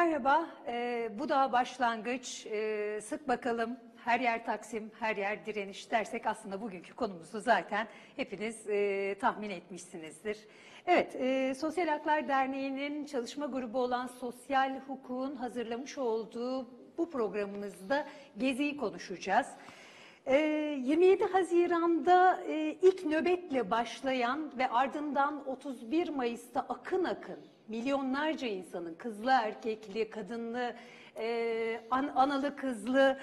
Merhaba, bu da başlangıç. Sık bakalım, her yer Taksim, her yer direniş dersek aslında bugünkü konumuzu zaten hepiniz tahmin etmişsinizdir. Evet, Sosyal Haklar Derneği'nin çalışma grubu olan Sosyal Hukuk'un hazırlamış olduğu bu programımızda Gezi'yi konuşacağız. 27 Haziran'da ilk nöbetle başlayan ve ardından 31 Mayıs'ta akın akın milyonlarca insanın kızlı erkekli, kadınlı, analı kızlı,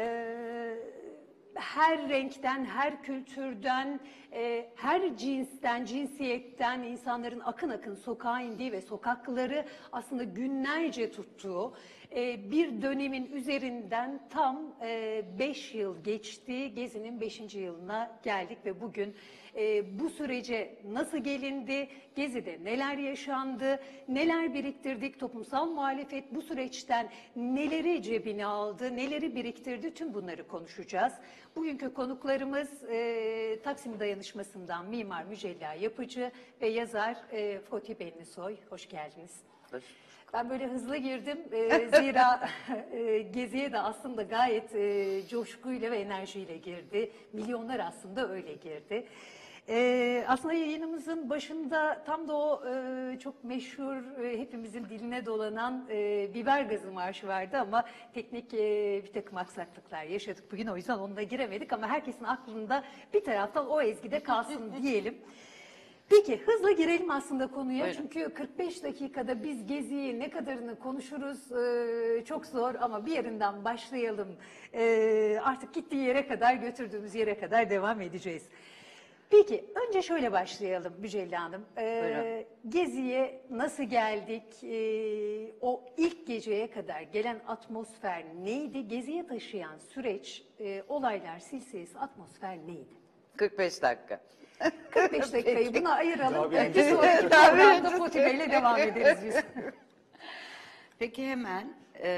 her renkten, her kültürden, her cinsten, cinsiyetten insanların akın akın sokağa indiği ve sokakları aslında günlerce tuttuğu bir dönemin üzerinden tam 5 yıl geçti. Gezi'nin 5. yılına geldik ve bugün bu sürece nasıl gelindi, Gezi'de neler yaşandı, neler biriktirdik, toplumsal muhalefet bu süreçten neleri cebine aldı, neleri biriktirdi, tüm bunları konuşacağız. Bugünkü konuklarımız Taksim Dayanışması'ndan Mimar Mücella Yapıcı ve yazar Fatih Benlisoy. Hoş geldiniz. Hoş. Ben böyle hızlı girdim. Zira Gezi'ye de aslında gayet coşkuyla ve enerjiyle girdi. Milyonlar aslında öyle girdi. Aslında yayınımızın başında tam da o çok meşhur hepimizin diline dolanan biber gazı marşı vardı ama teknik bir takım aksaklıklar yaşadık bugün, o yüzden onunla giremedik ama herkesin aklında bir taraftan o ezgide kalsın diyelim. Peki hızla girelim aslında konuya. Buyurun. Çünkü 45 dakikada biz Gezi'yi ne kadarını konuşuruz çok zor ama bir yerinden başlayalım. Artık gittiği yere kadar, götürdüğümüz yere kadar devam edeceğiz. Peki önce şöyle başlayalım Mücella Hanım. Gezi'ye nasıl geldik? O ilk geceye kadar gelen atmosfer neydi? Gezi'ye taşıyan süreç, olaylar, silsilesi, atmosfer neydi? 45 dakika. 45 dakikayı buna ayıralım. Bir sonraki programda Fatih Bey'le devam ederiz biz. Peki hemen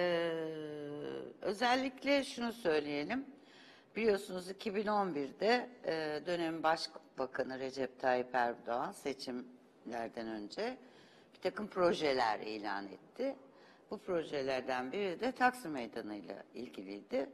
özellikle şunu söyleyelim. Biliyorsunuz 2011'de dönemin Başbakanı Recep Tayyip Erdoğan seçimlerden önce bir takım projeler ilan etti. Bu projelerden biri de Taksim Meydanı ile ilgiliydi.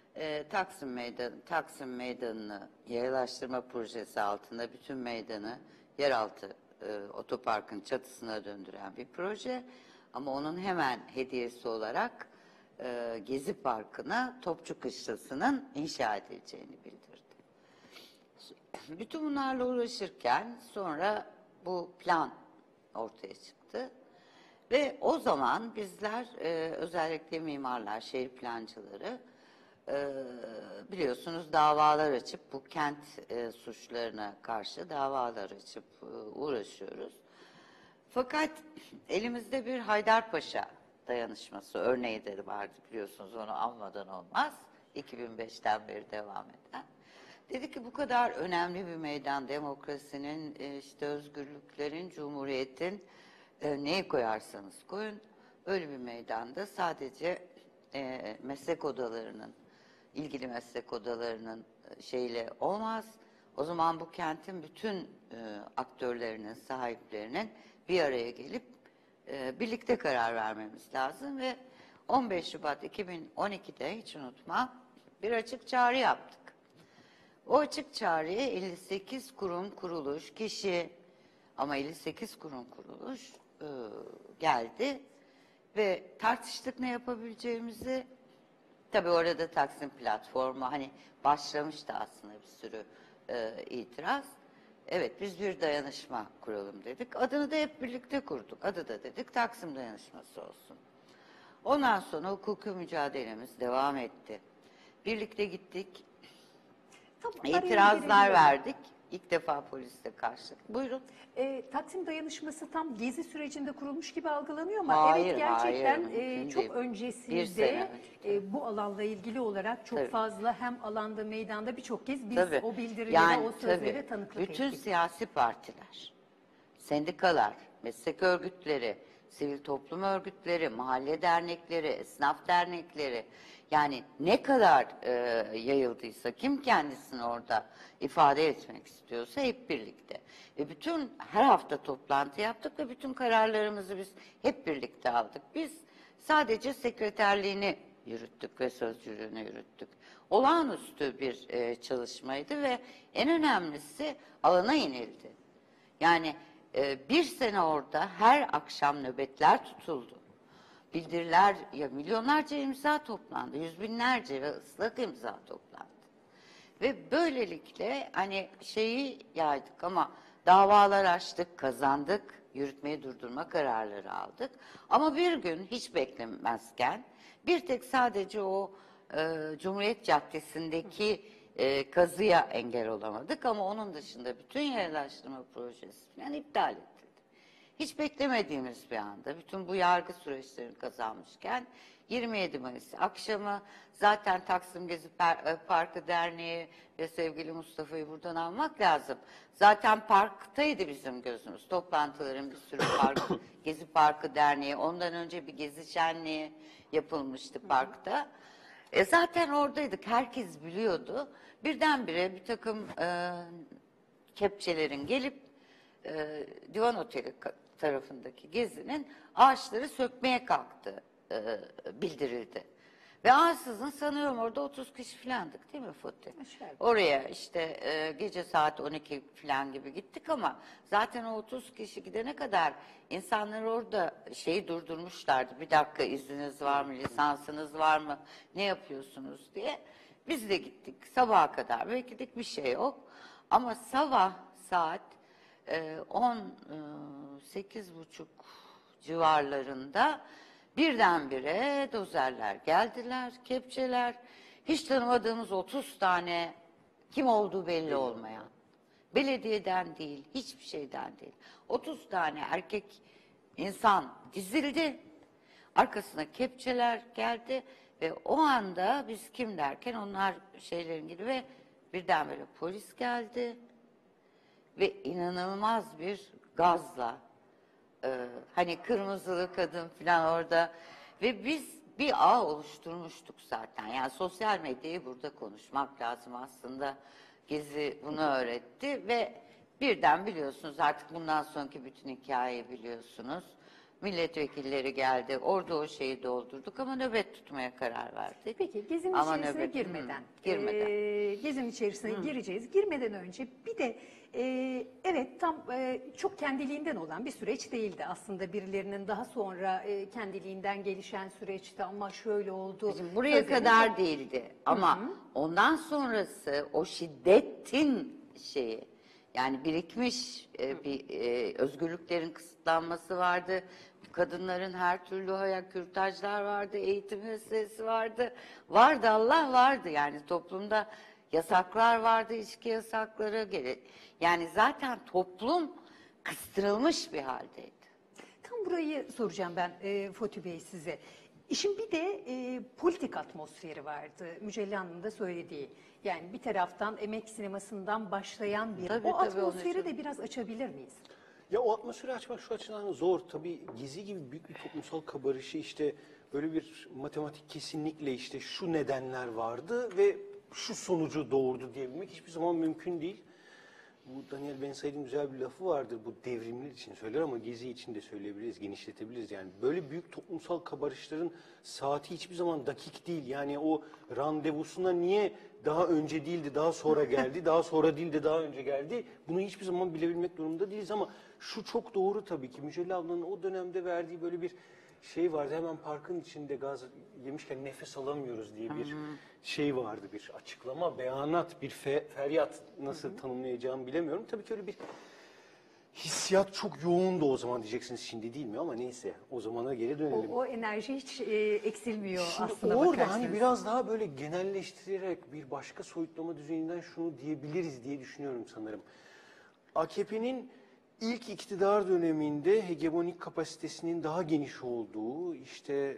Taksim Meydanı'nı yayalaştırma projesi altında bütün meydanı yeraltı otoparkın çatısına döndüren bir proje. Ama onun hemen hediyesi olarak Gezi Parkı'na Topçu Kışlası'nın inşa edileceğini bildirdi. Bütün bunlarla uğraşırken sonra bu plan ortaya çıktı. Ve o zaman bizler özellikle mimarlar, şehir plancıları biliyorsunuz davalar açıp bu kent suçlarına karşı davalar açıp uğraşıyoruz. Fakat elimizde bir Haydarpaşa dayanışması örneği de vardı, biliyorsunuz, onu anmadan olmaz. 2005'ten beri devam eden. Dedi ki bu kadar önemli bir meydan, demokrasinin, işte özgürlüklerin, cumhuriyetin, neyi koyarsanız koyun, öyle bir meydanda sadece meslek odalarının, ilgili meslek odalarının şeyle olmaz. O zaman bu kentin bütün aktörlerinin, sahiplerinin bir araya gelip birlikte karar vermemiz lazım ve 15 Şubat 2012'de hiç unutmam bir açık çağrı yaptık. O açık çağrıya 58 kurum, kuruluş, kişi ama 58 kurum, kuruluş geldi ve tartıştık ne yapabileceğimizi. Tabii orada Taksim platformu hani başlamıştı aslında bir sürü itiraz. Evet, biz bir dayanışma kuralım dedik. Adını da hep birlikte kurduk. Adı da dedik Taksim Dayanışması olsun. Ondan sonra hukuki mücadelemiz devam etti. Birlikte gittik. İtirazlar verdik. İlk defa polisle karşıladık. Buyurun. Taksim Dayanışması tam Gezi sürecinde kurulmuş gibi algılanıyor ama hayır, evet gerçekten hayır, çok öncesinde bu alanla ilgili olarak çok fazla hem alanda meydanda birçok kez biz o bildirilere, o sözlere tanıklık ettik. Bütün siyasi partiler, sendikalar, meslek örgütleri, sivil toplum örgütleri, mahalle dernekleri, esnaf dernekleri, yani ne kadar yayıldıysa, kim kendisini orada ifade etmek istiyorsa hep birlikte. Ve her hafta toplantı yaptık ve bütün kararlarımızı biz hep birlikte aldık. Biz Sadece sekreterliğini yürüttük ve sözcülüğünü yürüttük. Olağanüstü bir çalışmaydı ve en önemlisi alana inildi. Yani bir sene orada her akşam nöbetler tutuldu. Bildiriler, ya milyonlarca imza toplandı, yüz binlerce ve ıslak imza toplandı. Ve böylelikle hani şeyi yaydık ama davalar açtık, kazandık, yürütmeyi durdurma kararları aldık. Ama bir gün hiç beklemezken bir tek sadece o Cumhuriyet Caddesi'ndeki kazıya engel olamadık ama onun dışında bütün yerleştirme projesi falan iptal edildi. Hiç beklemediğimiz bir anda bütün bu yargı süreçlerini kazanmışken 27 Mayıs akşamı zaten Taksim Gezi Parkı Derneği ve sevgili Mustafa'yı buradan almak lazım. Zaten parktaydı bizim gözümüz. Toplantıların bir sürü Gezi Parkı Derneği, ondan önce bir gezi şenliği yapılmıştı parkta. Zaten oradaydık, herkes biliyordu. Birdenbire bir takım kepçelerin gelip Divan Oteli tarafındaki gezinin ağaçları sökmeye kalktı bildirildi. Ve ansızın sanıyorum orada 30 kişi falandık değil mi Fatih? Oraya işte gece saat 12 falan gibi gittik ama zaten o 30 kişi gidene kadar insanlar orada şeyi durdurmuşlardı. Bir dakika, izniniz var mı, lisansınız var mı, ne yapıyorsunuz diye. Biz de gittik sabaha kadar, bekledik, bir şey yok. Ama sabah saat 18.30 civarlarında birdenbire dozerler geldiler, kepçeler, hiç tanımadığımız 30 tane, kim olduğu belli olmayan, belediyeden değil, hiçbir şeyden değil, 30 tane erkek insan dizildi, arkasına kepçeler geldi ve o anda biz kim derken onlar şeylerin gibi ve birdenbire polis geldi. Ve inanılmaz bir gazla hani kırmızılı kadın falan orada ve biz bir ağ oluşturmuştuk zaten. Yani sosyal medyayı burada konuşmak lazım aslında. Gezi bunu öğretti ve birden biliyorsunuz artık bundan sonraki bütün hikayeyi biliyorsunuz. Milletvekilleri geldi, orada o şeyi doldurduk ama nöbet tutmaya karar verdik. Peki gezinin Ama içerisine nöbet- girmeden, girmeden. gezinin içerisine gireceğiz. Girmeden önce bir de evet tam çok kendiliğinden olan bir süreç değildi aslında, birilerinin daha sonra kendiliğinden gelişen süreçti ama şöyle oldu. Bizim buraya sözleriniz kadar var. değildi ama ondan sonrası o şiddetin şeyi, yani birikmiş bir özgürlüklerin kısıtlanması vardı. Kadınların her türlü hayal, kürtajlar vardı, eğitim meselesi vardı. Vardı, Allah vardı, yani toplumda yasaklar vardı, içki yasakları. Yani zaten toplum kıstırılmış bir haldeydi. Tam burayı soracağım ben Fatih Bey size. İşin bir de politik atmosferi vardı. Mücella Hanım'ın da söylediği. Yani bir taraftan emek sinemasından başlayan bir... Tabii, o tabii, onun atmosferi için. de biraz açabilir miyiz? Ya o atmosferi açmak şu açıdan zor. Tabii Gezi gibi büyük bir toplumsal kabarışı, işte böyle bir matematik kesinlikle işte şu nedenler vardı ve şu sonucu doğurdu diyebilmek hiçbir zaman mümkün değil. Bu Daniel Ben Said'in güzel bir lafı vardır. Bu devrimler için söyler ama Gezi için de söyleyebiliriz, genişletebiliriz. Yani böyle büyük toplumsal kabarışların saati hiçbir zaman dakik değil. Yani o randevusuna niye daha önce değildi, daha sonra geldi, daha sonra değil de daha önce geldi, bunu hiçbir zaman bilebilmek durumunda değiliz. Ama şu çok doğru tabii ki, Mücella ablanın o dönemde verdiği böyle bir şey vardı. Hemen parkın içinde gaz yemişken nefes alamıyoruz diye bir şey vardı, bir açıklama, beyanat, bir feryat, nasıl tanımlayacağımı bilemiyorum. Tabii ki öyle bir hissiyat çok yoğundu o zaman, diyeceksiniz şimdi değil mi, ama neyse, o zamana geri dönelim. O enerji hiç eksilmiyor Şimdi aslında orada bakarsanız. hani biraz daha böyle genelleştirerek bir başka soyutlama düzeyinden şunu diyebiliriz diye düşünüyorum sanırım. AKP'nin ilk iktidar döneminde hegemonik kapasitesinin daha geniş olduğu, işte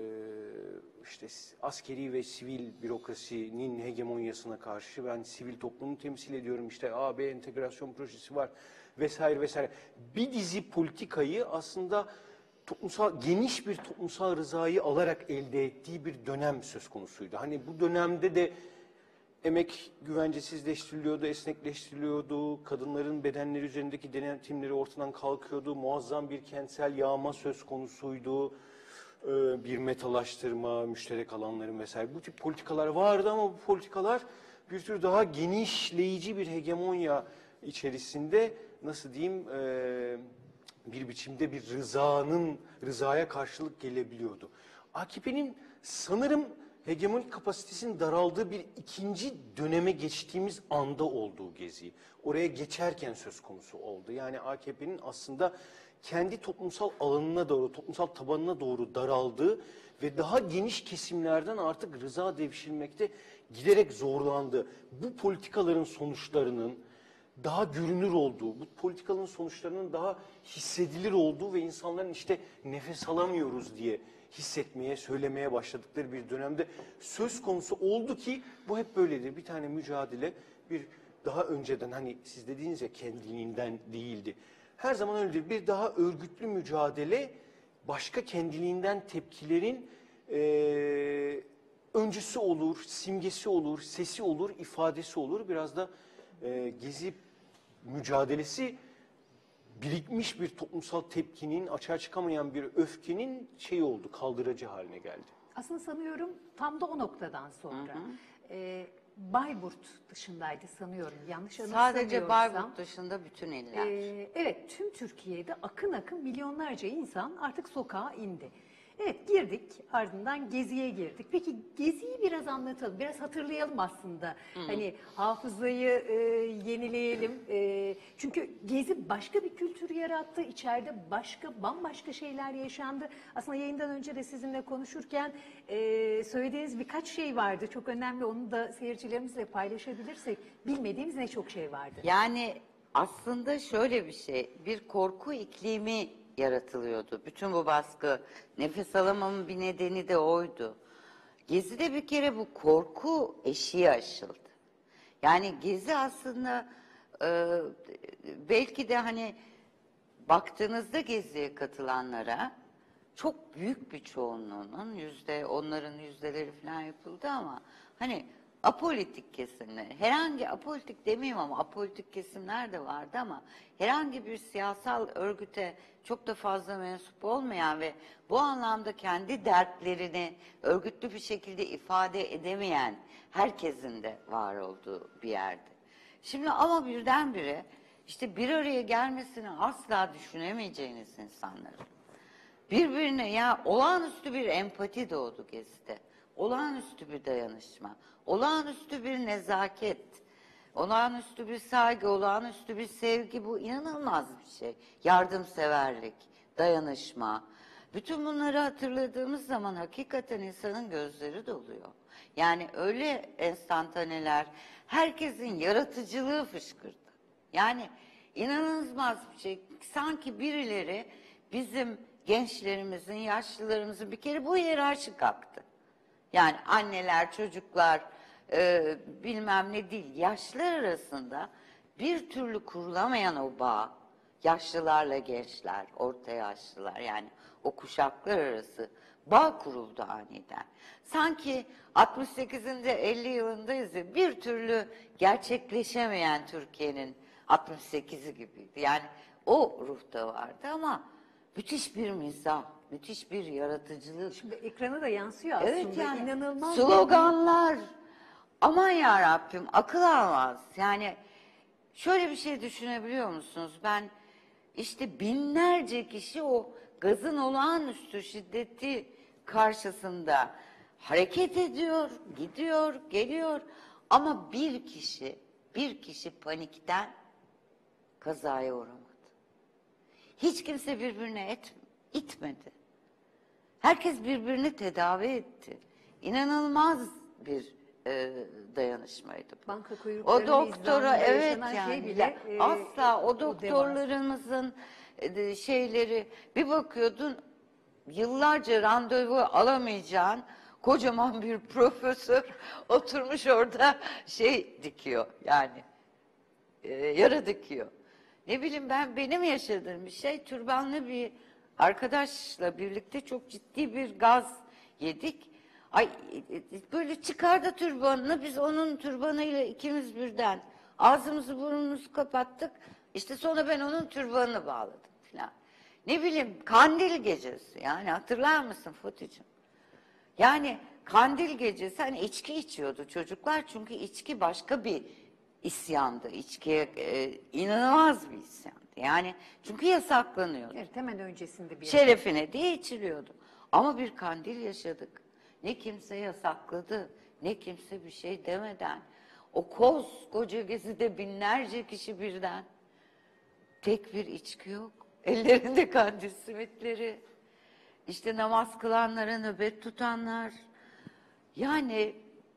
askeri ve sivil bürokrasinin hegemonyasına karşı ben sivil toplumu temsil ediyorum, işte AB entegrasyon projesi var vesaire vesaire. Bir dizi politikayı aslında geniş bir toplumsal rızayı alarak elde ettiği bir dönem söz konusuydu. Hani bu dönemde de emek güvencesizleştiriliyordu, esnekleştiriliyordu, kadınların bedenleri üzerindeki denetimleri ortadan kalkıyordu, muazzam bir kentsel yağma söz konusuydu. bir metalaştırma, müşterek alanların vesaire bu tip politikalar vardı ama bu politikalar bir tür daha genişleyici bir hegemonya içerisinde nasıl diyeyim bir biçimde bir rızaya karşılık gelebiliyordu. AKP'nin sanırım hegemonik kapasitesinin daraldığı bir ikinci döneme geçtiğimiz anda olduğu Gezi. Oraya geçerken söz konusu oldu. Yani AKP'nin aslında kendi toplumsal alanına doğru, toplumsal tabanına doğru daraldığı ve daha geniş kesimlerden artık rıza devşirmekte giderek zorlandı. Bu politikaların sonuçlarının daha görünür olduğu, bu politikaların sonuçlarının daha hissedilir olduğu ve insanların işte nefes alamıyoruz diye hissetmeye, söylemeye başladıkları bir dönemde söz konusu oldu ki bu hep böyledir. Bir tane mücadele bir daha önceden hani siz dediğiniz ya kendiliğinden değildi. Her zaman öyledir. Bir daha örgütlü mücadele başka kendiliğinden tepkilerin öncüsü olur, simgesi olur, sesi olur, ifadesi olur. Biraz da Gezi mücadelesi birikmiş bir toplumsal tepkinin, açığa çıkamayan bir öfkenin şeyi oldu, kaldırıcı haline geldi. Aslında sanıyorum tam da o noktadan sonra. Bayburt dışındaydı sanıyorum. Yanlış anımsamıyorsam. Sadece Bayburt dışında bütün iller. Evet, tüm Türkiye'de akın akın milyonlarca insan artık sokağa indi. Evet, girdik, ardından Gezi'ye girdik. Peki Gezi'yi biraz anlatalım, biraz hatırlayalım aslında. Hani hafızayı yenileyelim. Çünkü Gezi başka bir kültür yarattı, içeride bambaşka şeyler yaşandı. Aslında yayından önce de sizinle konuşurken söylediğiniz birkaç şey vardı. Çok önemli, onu da seyircilerimizle paylaşabilirsek. Bilmediğimiz ne çok şey vardı. Yani aslında şöyle bir şey, bir korku iklimi yaratılıyordu. Bütün bu baskı, nefes alamamın bir nedeni de oydu. Gezi'de bir kere bu korku eşiği aşıldı. Yani Gezi aslında belki de hani baktığınızda Gezi'ye katılanlara çok büyük bir çoğunluğunun onların yüzdeleri falan yapıldı ama hani apolitik kesimler, herhangi apolitik demeyeyim ama apolitik kesimler de vardı ama herhangi bir siyasal örgüte çok da fazla mensup olmayan ve bu anlamda kendi dertlerini örgütlü bir şekilde ifade edemeyen herkesin de var olduğu bir yerdi. Şimdi ama birdenbire işte bir araya gelmesini asla düşünemeyeceğiniz insanların birbirine ya olağanüstü bir empati doğdu Gezi'de. Olağanüstü bir dayanışma, olağanüstü bir nezaket, olağanüstü bir saygı, olağanüstü bir sevgi, bu inanılmaz bir şey. Yardımseverlik, dayanışma. Bütün bunları hatırladığımız zaman hakikaten insanın gözleri doluyor. Yani öyle enstantaneler, herkesin yaratıcılığı fışkırdı. Yani inanılmaz bir şey. Sanki birileri bizim gençlerimizin, yaşlılarımızın bir kere bu hiyerarşi kalktı. Yani anneler, çocuklar bilmem ne değil. Yaşlılar arasında bir türlü kurulamayan o bağ, yaşlılarla gençler, orta yaşlılar yani o kuşaklar arası bağ kuruldu aniden. Sanki 68'inde 50 yılındayız ya, bir türlü gerçekleşemeyen Türkiye'nin 68'i gibiydi. Yani o ruhta vardı ama müthiş bir mizah, müthiş bir yaratıcılık. Şimdi ekrana da yansıyor aslında. Evet yani İnanılmaz sloganlar. Aman ya Rabbim akıl almaz. Yani şöyle bir şey düşünebiliyor musunuz? Ben işte binlerce kişi o gazın olağanüstü şiddeti karşısında hareket ediyor, gidiyor, geliyor. Ama bir kişi panikten kazaya uğramadı. Hiç kimse birbirine itmedi. Herkes birbirini tedavi etti. İnanılmaz bir dayanışmaydı bu. Banka kuyruklarının O doktora İzlanda'da evet yaşanan yani şey bile, asla o o doktorlarımızın şeyleri bir bakıyordun yıllarca randevu alamayacağın kocaman bir profesör oturmuş orada şey dikiyor yani yara dikiyor. Ne bileyim benim yaşadığım bir şey türbanlı bir arkadaşla birlikte çok ciddi bir gaz yedik. Ay böyle çıkardı türbanını biz onun türbanıyla ikimiz birden ağzımızı burnumuzu kapattık. İşte sonra ben onun türbanını bağladım falan. Ne bileyim Kandil Gecesi, yani hatırlar mısın Fati'cim? Yani Kandil Gecesi hani içki içiyordu çocuklar, çünkü içki başka bir isyandı. İçkiye inanılmaz bir isyandı. Yani çünkü yasaklanıyordu. Evet, hemen öncesinde bir Şerefine diye içiliyordu. Ama bir kandil yaşadık. Ne kimse yasakladı, ne kimse bir şey demeden. O koskoca gezide binlerce kişi birden. Tek bir içki yok. Ellerinde kandil simitleri. İşte namaz kılanlara, nöbet tutanlar. Yani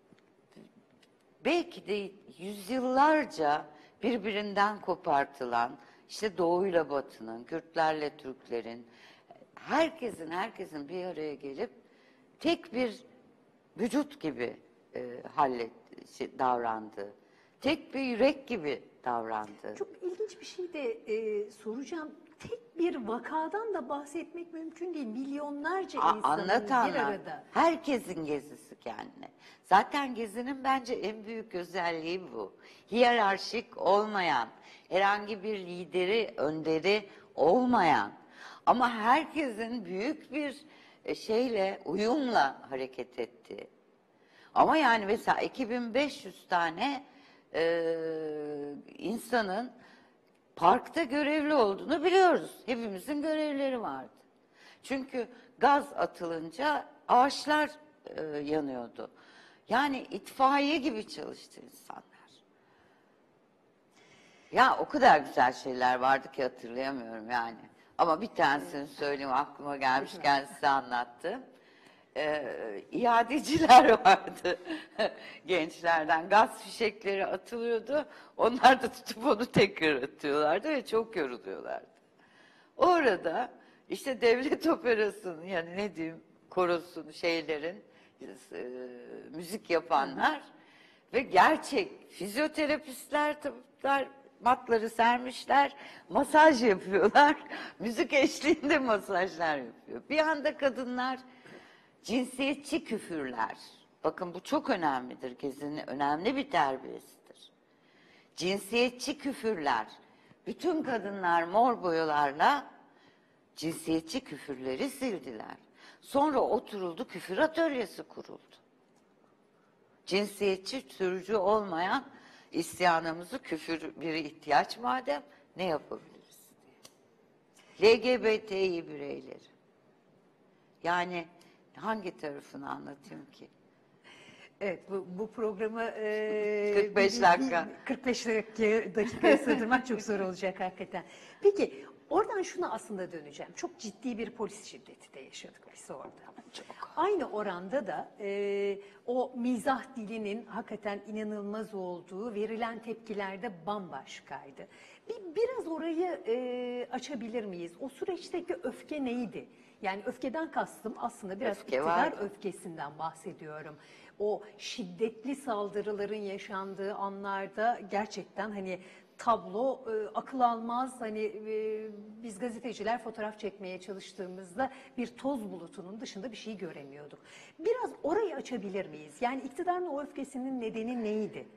belki de yüzyıllarca birbirinden kopartılan, işte doğuyla batının, Kürtlerle Türklerin, herkesin bir araya gelip tek bir vücut gibi davrandı. Tek bir yürek gibi davrandı. Çok ilginç bir şey de soracağım. Tek bir vakadan da bahsetmek mümkün değil. Milyonlarca insanın bir Anlatanlar, arada. herkesin gezisi kendine. Zaten gezinin bence en büyük özelliği bu. Hiyerarşik olmayan, herhangi bir lideri, önderi olmayan ama herkesin büyük bir uyumla hareket ettiği. Ama yani mesela 2500 tane insanın parkta görevli olduğunu biliyoruz. Hepimizin görevleri vardı. Çünkü gaz atılınca ağaçlar yanıyordu. Yani itfaiye gibi çalıştı insanlar. Ya o kadar güzel şeyler vardı ki hatırlayamıyorum yani. Ama bir tanesini söyleyeyim, aklıma gelmişken size anlattım. İadeciler vardı gençlerden. Gaz fişekleri atılıyordu. Onlar da tutup onu tekrar atıyorlardı ve çok yoruluyorlardı. Orada işte devlet operasının, yani ne diyeyim, korosun, müzik yapanlar ve gerçek fizyoterapistler, tıplar matları sermişler, masaj yapıyorlar. Müzik eşliğinde masajlar yapıyor. Bir anda kadınlar cinsiyetçi küfürler. Bakın bu çok önemlidir. Gezinin önemli bir terbiyesidir. Cinsiyetçi küfürler. Bütün kadınlar mor boyalarla cinsiyetçi küfürleri sildiler. Sonra oturuldu, küfür atölyesi kuruldu. Cinsiyetçi, türcü olmayan isyanımızı, küfür bir ihtiyaç madem, ne yapabiliriz diye. LGBTİ bireyleri. Yani hangi tarafını anlatayım ki? Evet, bu programı 45 dakika. 45 dakikaya sığdırmak çok zor olacak hakikaten. Peki oradan şuna aslında döneceğim. Çok ciddi bir polis şiddeti de yaşadık biz orada. Çok. Aynı oranda da o mizah dilinin hakikaten inanılmaz olduğu, verilen tepkiler de bambaşkaydı. Biraz orayı açabilir miyiz? O süreçteki öfke neydi? Yani öfkeden kastım aslında biraz Öfke iktidar vardı. öfkesinden bahsediyorum. O şiddetli saldırıların yaşandığı anlarda gerçekten hani tablo akıl almaz. Hani biz gazeteciler fotoğraf çekmeye çalıştığımızda bir toz bulutunun dışında bir şey göremiyorduk. Biraz orayı açabilir miyiz? Yani iktidarın o öfkesinin nedeni neydi?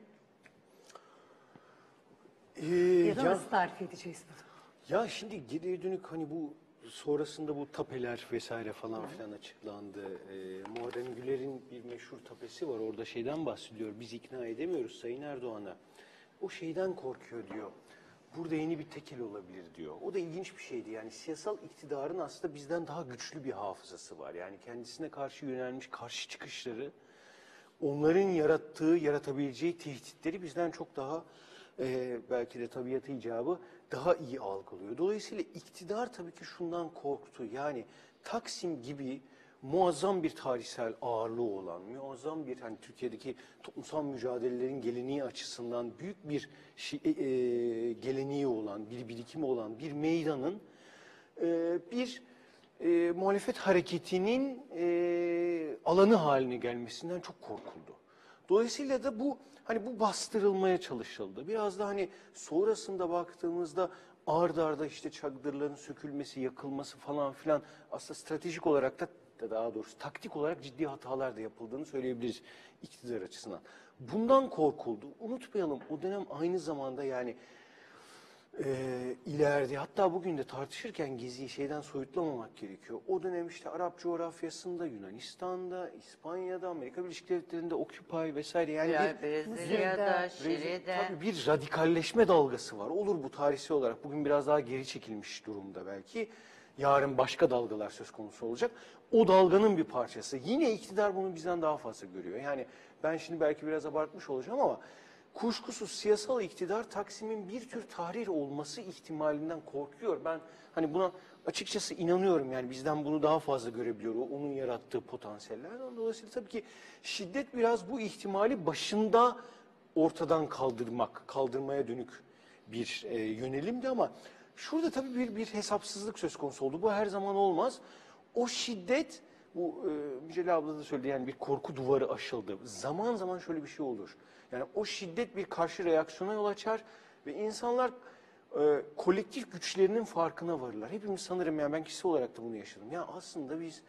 Ya da nasıl tarif edeceğiz bunu? Ya şimdi geriye dönük hani bu sonrasında bu tapeler vesaire falan filan açıklandı. Muharrem Güler'in bir meşhur tapesi var. Orada şeyden bahsediyor. Biz ikna edemiyoruz Sayın Erdoğan'a. O şeyden korkuyor diyor. Burada yeni bir tekel olabilir diyor. O da ilginç bir şeydi. Yani siyasal iktidarın aslında bizden daha güçlü bir hafızası var. Yani kendisine karşı yönelmiş karşı çıkışları, onların yaratabileceği tehditleri bizden çok daha belki de tabiatı icabı daha iyi algılıyor. Dolayısıyla iktidar tabii ki şundan korktu. Yani Taksim gibi muazzam bir tarihsel ağırlığı olan, muazzam bir hani Türkiye'deki toplumsal mücadelelerin geleneği açısından büyük bir geleneği olan, bir birikimi olan bir meydanın bir muhalefet hareketinin alanı haline gelmesinden çok korkuldu. Dolayısıyla da bu hani bu bastırılmaya çalışıldı. Biraz da hani sonrasında baktığımızda ard arda işte çadırların sökülmesi, yakılması falan filan aslında stratejik olarak da daha doğrusu taktik olarak ciddi hatalar da yapıldığını söyleyebiliriz iktidar açısından. Bundan korkuldu. Unutmayalım o dönem aynı zamanda yani ileride, hatta bugün de tartışırken Gezi'yi şeyden soyutlamamak gerekiyor. O dönem işte Arap coğrafyasında, Yunanistan'da, İspanya'da, Amerika Birleşik Devletleri'nde Occupy vesaire, yani Brezilya'da, Şili'de. tabii bir radikalleşme dalgası var. Olur bu tarihsel olarak. Bugün biraz daha geri çekilmiş durumda belki. Yarın başka dalgalar söz konusu olacak. O dalganın bir parçası. Yine iktidar bunu bizden daha fazla görüyor. Yani ben şimdi belki biraz abartmış olacağım ama kuşkusuz siyasal iktidar Taksim'in bir tür tahrir olması ihtimalinden korkuyor. Ben hani buna açıkçası inanıyorum, yani bizden bunu daha fazla görebiliyor onun yarattığı potansiyellerden. Dolayısıyla tabii ki şiddet biraz bu ihtimali başında ortadan kaldırmaya dönük bir yönelimdi ama şurada tabii bir hesapsızlık söz konusu oldu. Bu her zaman olmaz. O şiddet, bu Mücella abla da söyledi, yani bir korku duvarı aşıldı. Zaman zaman şöyle bir şey olur. Yani o şiddet bir karşı reaksiyona yol açar ve insanlar kolektif güçlerinin farkına varırlar. Hepimiz sanırım, yani ben kişisel olarak da bunu yaşadım. Ya aslında biz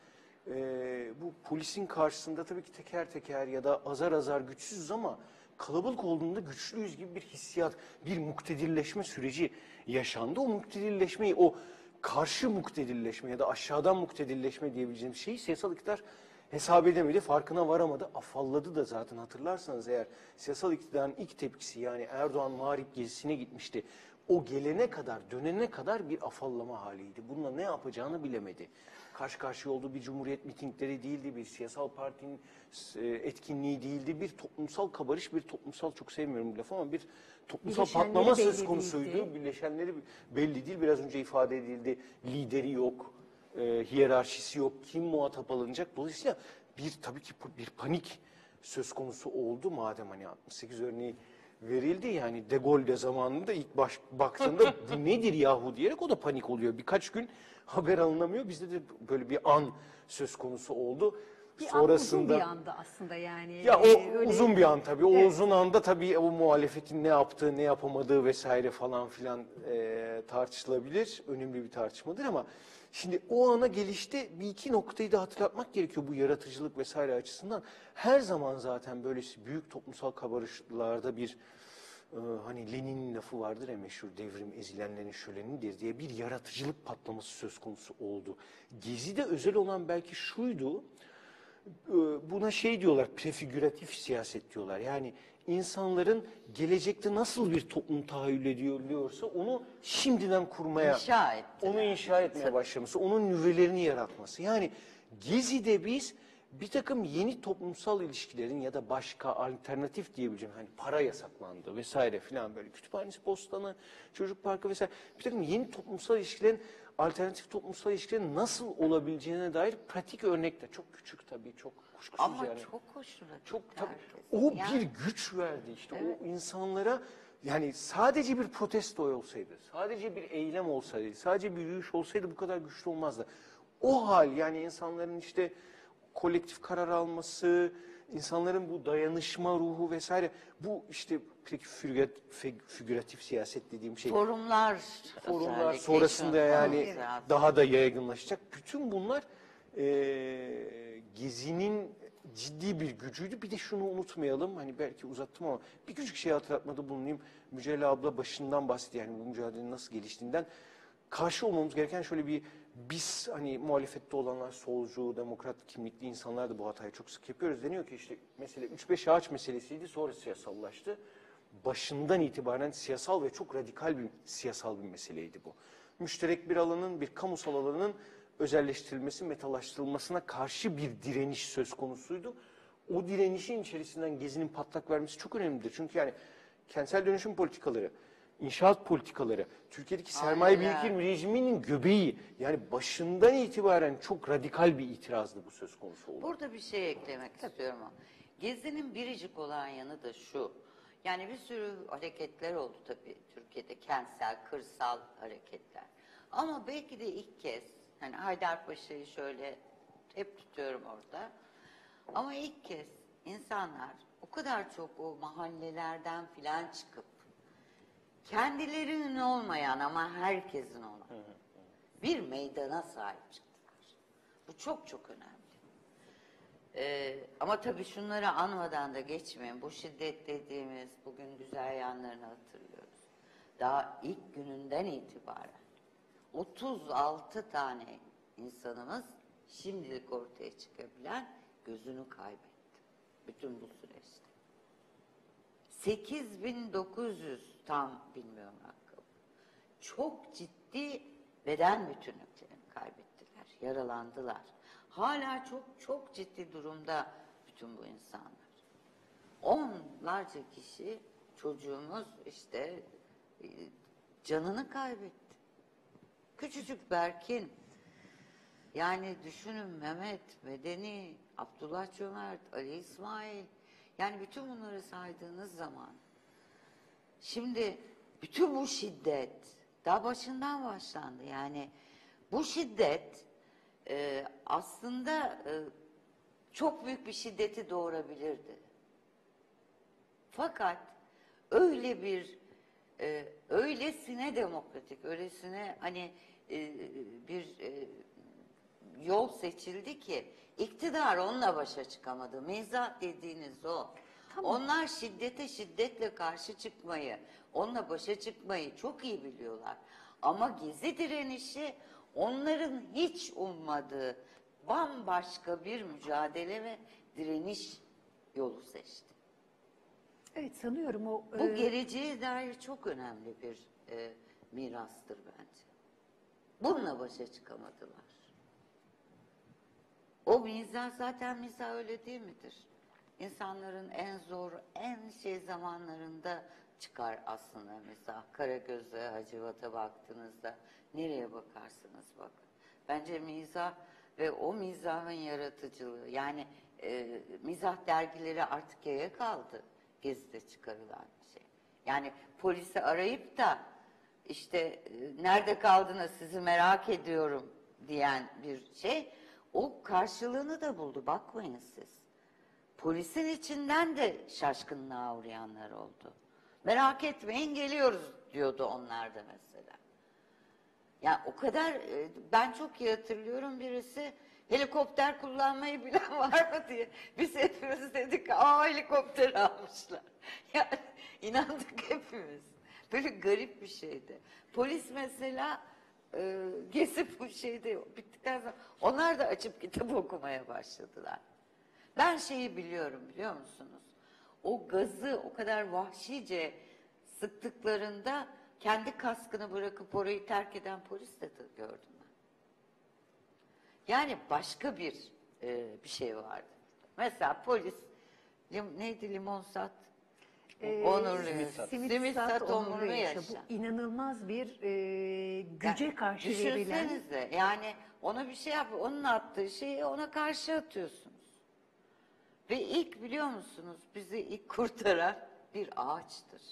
bu polisin karşısında tabii ki teker teker ya da azar azar güçsüzüz ama kalabalık olduğunda güçlüyüz gibi bir hissiyat, bir muktedirleşme süreci yaşandı. O muktedirleşmeyi, o karşı muktedirleşme ya da aşağıdan muktedirleşme diyebileceğimiz şeyi siyasal iktidar hesap edemedi, farkına varamadı, afalladı da zaten. Hatırlarsanız eğer, siyasal iktidarın ilk tepkisi, yani Erdoğan Mağrip gezisine gitmişti. O gelene kadar, dönene kadar bir afallama haliydi. Bununla ne yapacağını bilemedi. Karşı karşıya olduğu bir cumhuriyet mitingleri değildi, bir siyasal partinin etkinliği değildi, bir toplumsal kabarış, bir toplumsal, çok sevmiyorum bu lafı ama bir toplumsal Bileşenleri patlama belli söz konusuydu. değildi. Bileşenleri belli değil, biraz önce ifade edildi. Lideri yok, hiyerarşisi yok, kim muhatap alınacak. Dolayısıyla tabii ki bir panik söz konusu oldu, madem hani 68 örneği verildi. Yani De Gaulle de zamanında ilk baktığında bu nedir yahu diyerek o da panik oluyor. Birkaç gün haber alınamıyor. Bizde de böyle bir an söz konusu oldu. Uzun bir anda aslında yani. Ya o öyle, uzun bir an tabii. O evet. uzun anda tabii o muhalefetin ne yaptığı, ne yapamadığı vesaire falan filan tartışılabilir. Önemli bir tartışmadır ama şimdi o ana gelişte bir iki noktayı da hatırlatmak gerekiyor bu yaratıcılık vesaire açısından. Her zaman zaten böylesi büyük toplumsal kabarışlarda bir hani Lenin'in lafı vardır ya meşhur, devrim ezilenlerin şölenidir diye, bir yaratıcılık patlaması söz konusu oldu. Gezi'de özel olan belki şuydu. Buna şey diyorlar, prefigüratif siyaset diyorlar. Yani insanların gelecekte nasıl bir toplum tahayyül ediyorsa onu şimdiden kurmaya, İnşa ettiler. onu inşa etmeye başlaması, onun nüvelerini yaratması. Yani Gezi'de biz bir takım yeni toplumsal ilişkilerin ya da başka alternatif diyebileceğim, hani para yasaklandı vesaire filan, böyle kütüphanesi, postanı, çocuk parkı vesaire, bir takım yeni toplumsal ilişkilerin, alternatif toplumsal ilişkilerin nasıl olabileceğine dair pratik örnekler. Çok küçük tabii, çok kuşkusuz Ama yani. çok hoşuna Çok gitti tabii. herkesin. O Yani bir güç verdi işte o insanlara. Yani sadece bir protesto olsaydı, sadece bir eylem olsaydı, sadece bir yürüyüş olsaydı bu kadar güçlü olmazdı. O hal, yani insanların işte kolektif karar alması, insanların bu dayanışma ruhu vesaire, bu işte figüratif siyaset dediğim şey. forumlar özellikle Sonrasında şunu yani sormamız lazım. daha da yaygınlaşacak. Bütün bunlar Gezi'nin ciddi bir gücüydü. Bir de şunu unutmayalım, hani belki uzattım ama bir küçük şey hatırlatmada bulunayım. Mücella abla başından bahsetti, yani bu mücadelenin nasıl geliştiğinden. Karşı olmamız gereken şöyle bir, biz hani muhalefette olanlar, solcu, demokrat kimlikli insanlar da bu hatayı çok sık yapıyoruz. Deniyor ki işte mesele 3-5 ağaç meselesiydi, sonra siyasallaştı. Başından itibaren siyasal ve çok radikal bir siyasal bir meseleydi bu. Müşterek bir alanın, bir kamusal alanın özelleştirilmesi, metalaştırılmasına karşı bir direniş söz konusuydu. O direnişin içerisinden Gezi'nin patlak vermesi çok önemlidir. Çünkü yani kentsel dönüşüm politikaları, inşaat politikaları, Türkiye'deki sermaye Aynen. birikim rejiminin göbeği, yani başından itibaren çok radikal bir itirazdı bu söz konusu oldu. Burada bir şey eklemek istiyorum. Gezi'nin biricik olan yanı da şu. Yani bir sürü hareketler oldu tabii Türkiye'de, kentsel, kırsal hareketler. Ama belki de ilk kez, hani Haydarpaşa'yı şöyle hep tutuyorum orada. Ama ilk kez insanlar o kadar çok o mahallelerden filan çıkıp kendilerinin olmayan ama herkesin olan bir meydana sahip çıktılar. Bu çok çok önemli. Ama tabii şunları anmadan da geçmeyin. Bu şiddet dediğimiz, bugün güzel yanlarını hatırlıyoruz. daha ilk gününden itibaren 36 tane insanımız şimdilik ortaya çıkabilen gözünü kaybetti. Bütün bu süreçte. 8.900 tam bilmiyorum rakamı. Çok ciddi beden bütünlüklerini kaybettiler, yaralandılar. Hala çok ciddi durumda bütün bu insanlar. Onlarca kişi, çocuğumuz işte canını kaybetti. Küçücük Berkin, yani düşünün Mehmet, Medeni, Abdullah Cömert, Ali İsmail, yani bütün bunları saydığınız zaman, şimdi bütün bu şiddet daha başından başlandı. Yani bu şiddet aslında çok büyük bir şiddeti doğurabilirdi. Fakat öyle bir öylesine demokratik, öylesine hani bir yol seçildi ki iktidar onunla başa çıkamadı. Mizah dediğiniz o. Tamam. Onlar şiddete şiddetle karşı çıkmayı, onunla başa çıkmayı çok iyi biliyorlar. Ama Gezi direnişi onların hiç ummadığı bambaşka bir mücadele ve direniş yolu seçti. Evet, sanıyorum o... Bu geleceğe dair çok önemli bir mirastır bence. Bununla başa çıkamadılar. O mizah zaten mizah öyle değil midir? İnsanların en zor, en zamanlarında çıkar aslında mizah. Karagöz'e, Hacivat'a baktığınızda nereye bakarsınız bakın. Bence mizah ve o mizahın yaratıcılığı, yani mizah dergileri artık yaya kaldı. Gezi'de çıkarılan şey. Yani polisi arayıp da işte nerede kaldınız, sizi merak ediyorum diyen bir şey, o karşılığını da buldu. Bakmayın siz. Polisin içinden de şaşkınlığa uğrayanlar oldu. Merak etmeyin, geliyoruz diyordu onlar da mesela. Ya o kadar, ben çok iyi hatırlıyorum, birisi helikopter kullanmayı bilen var mı diye. Biz hepimiz dedik, helikopter almışlar. Yani inandık hepimiz. Böyle garip bir şeydi. Polis mesela gezip bu şeyde bittikten sonra onlar da açıp kitap okumaya başladılar. Ben şeyi biliyorum, biliyor musunuz? O gazı o kadar vahşice sıktıklarında kendi kaskını bırakıp orayı terk eden polis de gördüm ben. Yani başka bir şey vardı. Mesela polis neydi, limonsat? Onurlu yaşa. Simit sat, onurlu yaşa. Bu inanılmaz bir güce Yani karşı verilen... düşünsenize, yani ona bir şey yap, onun attığı şeyi ona karşı atıyorsunuz. Ve ilk, biliyor musunuz, bizi ilk kurtaran bir ağaçtır.